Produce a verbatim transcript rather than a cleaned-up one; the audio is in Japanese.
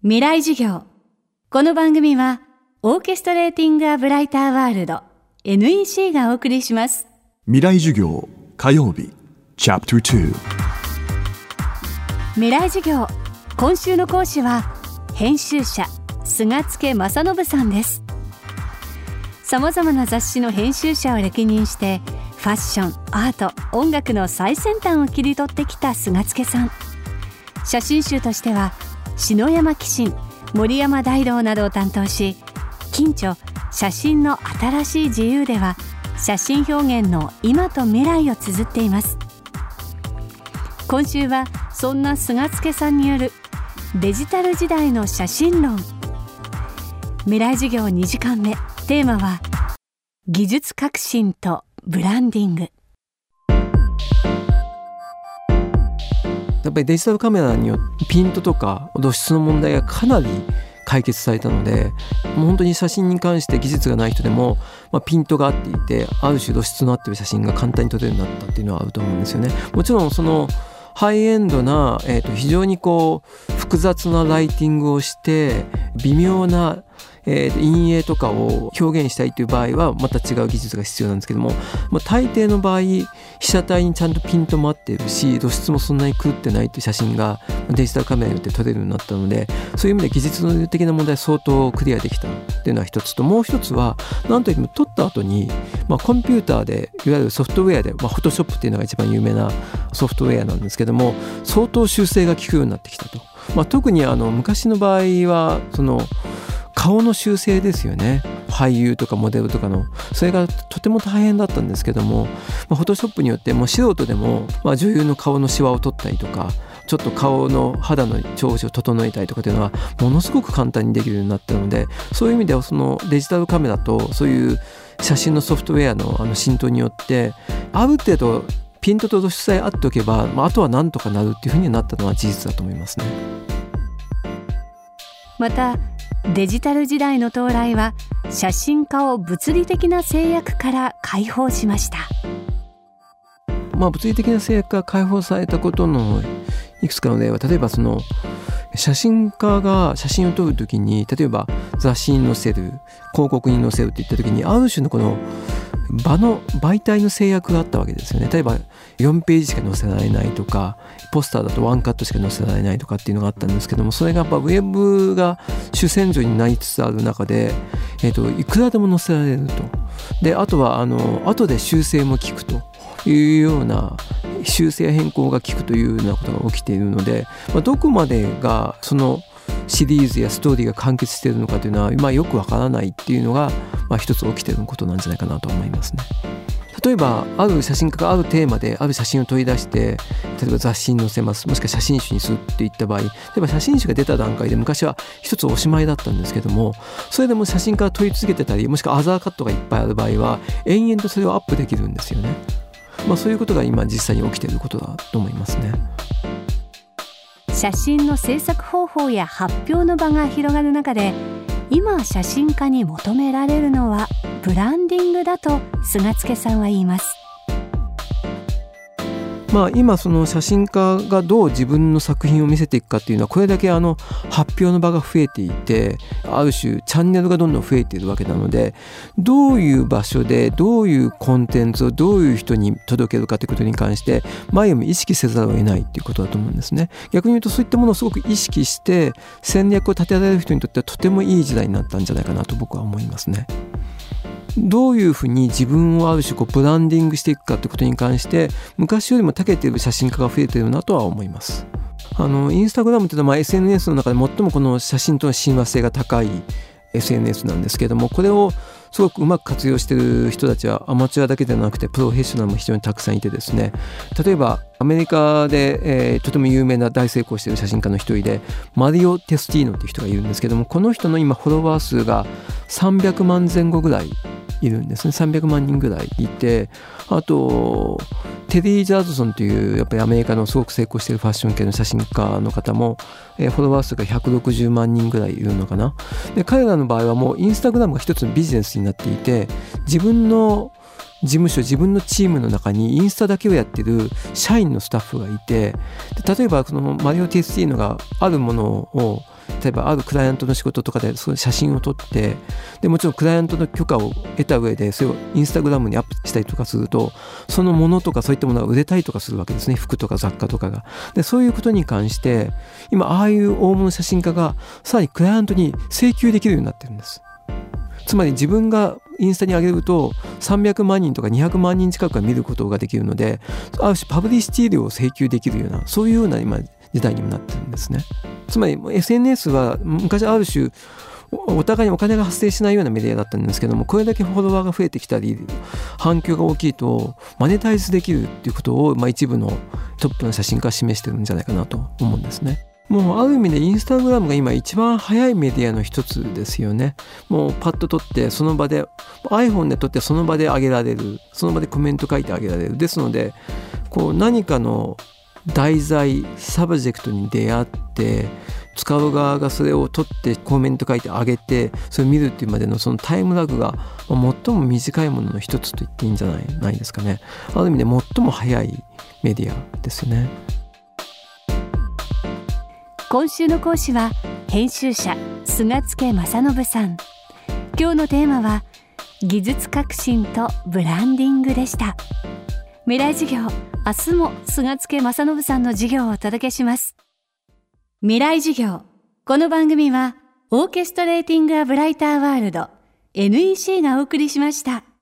未来授業。この番組はオーケストレーティングアブライターワールド エヌイーシー がお送りします。 未来授業火曜日チャプターに。 未来授業、今週の講師は編集者菅助正信さんです。さまざまな雑誌の編集者を歴任してファッション、アート、音楽の最先端を切り取ってきた菅助さん。写真集としては篠山紀信、森山大道などを担当し、近著写真の新しい自由では写真表現の今と未来を綴っています。今週はそんな菅助さんによるデジタル時代の写真論。未来授業にじかんめ、テーマは技術革新とブランディング。 やっぱりデジタルカメラによってピントとか露出の問題がかなり解決されたので、もう本当に写真に関して技術がない人でも、まあ、ピントが合っていて、ある種露出の合っている写真が簡単に撮れるようになったっていうのはあると思うんですよね。もちろんそのハイエンドな、えーと、非常にこう複雑なライティングをして微妙な、えーと、陰影とかを表現したいという場合はまた違う技術が必要なんですけども、まあ、大抵の場合被写体にちゃんとピントも合っているし、露出もそんなに狂ってないという写真がデジタルカメラによって撮れるようになったので、そういう意味で技術的な問題相当クリアできたっていうのは一つと、もう一つは何といっても撮った後に、まあ、コンピューターでいわゆるソフトウェアで、まあ、フォトショップっていうのが一番有名なソフトウェアなんですけども、相当修正が効くようになってきたと。まあ、特にあの昔の場合はその顔の修正ですよね。俳優とかモデルとかの、それがとても大変だったんですけども、まあ、フォトショップによってもう素人でも、まあ、女優の顔のシワを取ったりとか、ちょっと顔の肌の調子を整えたりとかというのはものすごく簡単にできるようになったので、そういう意味ではそのデジタルカメラとそういう写真のソフトウェアのあの浸透によってある程度ピントと露出さえ合っておけば、まあ、あとはなんとかなるっていうふうになったのは事実だと思いますね。 またデジタル時代の到来は写真家を物理的な制約から解放しました。 まあ、物理的な制約が解放されたことのいくつかの例は、例えばその写真家が写真を撮るときに、例えば雑誌に載せる、広告に載せるっていったときに、ある種のこの場の媒体の制約があったわけですよね。例えばよんページしか載せられないとか、ポスターだとワンカットしか載せられないとかっていうのがあったんですけども、それがやっぱウェブが主戦場になりつつある中で、えーと、いくらでも載せられると。で、あとはあの後で修正も効くというような、修正変更が効くというようなことが起きているので、まあ、どこまでがそのシリーズやストーリーが完結しているのかというのは今よくわからないっていうのが、まあ、一つ起きていることなんじゃないかなと思いますね。例えばある写真家があるテーマである写真を取り出して、例えば雑誌に載せます、もしくは写真集にするっていった場合、例えば写真集が出た段階で昔は一つおしまいだったんですけども、それでも写真家が撮り続けてたり、もしくはアザーカットがいっぱいある場合は延々とそれをアップできるんですよね。まあ、そういうことが今実際に起きていることだと思いますね。 写真の制作方法や発表の場が広がる中で、今写真家に求められるのはブランディングだと菅助さんは言います。 まあ、今その写真家がどう自分の作品を見せていくかっていうのは、これだけあの発表の場が増えていて、ある種チャンネルがどんどん増えているわけなので、どういう場所でどういうコンテンツをどういう人に届けるかということに関して前よりも意識せざるを得ないっていうことだと思うんですね。逆に言うと、そういったものをすごく意識して戦略を立てられる人にとってはとてもいい時代になったんじゃないかなと僕は思いますね。どういうふうに自分をある種こうブランディングしていくかということに関して昔よりも長けている写真家が増えているなとは思います。あのインスタグラムというのはまあ エスエヌエス の中で最もこの写真との親和性が高い エスエヌエス なんですけれども、これをすごくうまく活用している人たちはアマチュアだけではなくてプロフェッショナルも非常にたくさんいてですね、例えばアメリカで、えー、とても有名な大成功している写真家の一人でマリオ・テスティーノという人がいるんですけども、この人の今フォロワー数がさんびゃくまんぜん後ぐらいいるんですね。さんびゃくまんにんぐらいいて、あとテリー・ジャーズソンというやっぱりアメリカのすごく成功しているファッション系の写真家の方も、えー、フォロワー数がひゃくろくじゅうまんにんぐらいいるのかな。で、彼らの場合はもうインスタグラムが一つのビジネスになっていて、自分の事務所、自分のチームの中にインスタだけをやってる社員のスタッフがいて、で例えばそのマリオ ティーエスティー のがあるものを例えばあるクライアントの仕事とかでその写真を撮って、でもちろんクライアントの許可を得た上でそれをインスタグラムにアップしたりとかすると、そのものとかそういったものが売れたりとかするわけですね。服とか雑貨とかが。でそういうことに関して今ああいう大物写真家がさらにクライアントに請求できるようになってるんです。つまり自分がインスタに上げるとさんびゃくまんにんとかにひゃくまんにん近くが見ることができるので、ある種パブリシティ料を請求できるような、そういうような今時代にもなってるんですね。つまり エスエヌエス は昔ある種お互いにお金が発生しないようなメディアだったんですけども、これだけフォロワーが増えてきたり反響が大きいとマネタイズできるっていうことを、まあ、一部のトップの写真家は示してるんじゃないかなと思うんですね。もうある意味でインスタグラムが今一番早いメディアの一つですよね。もうパッと撮ってその場で iPhone で撮ってその場で上げられる、その場でコメント書いてあげられる。ですのでこう何かの題材サブジェクトに出会って使う側がそれを撮ってコメント書いてあげてそれを見るっていうまでのそのタイムラグが最も短いものの一つと言っていいんじゃない、ないですかね。ある意味で最も早いメディアですよね。 今週の講師は編集者菅助正信さん。今日のテーマは技術革新とブランディングでした。未来授業、明日も菅助正信さんの授業をお届けします。未来授業、この番組はオーケストレーティングアブライターワールド エヌイーシー がお送りしました。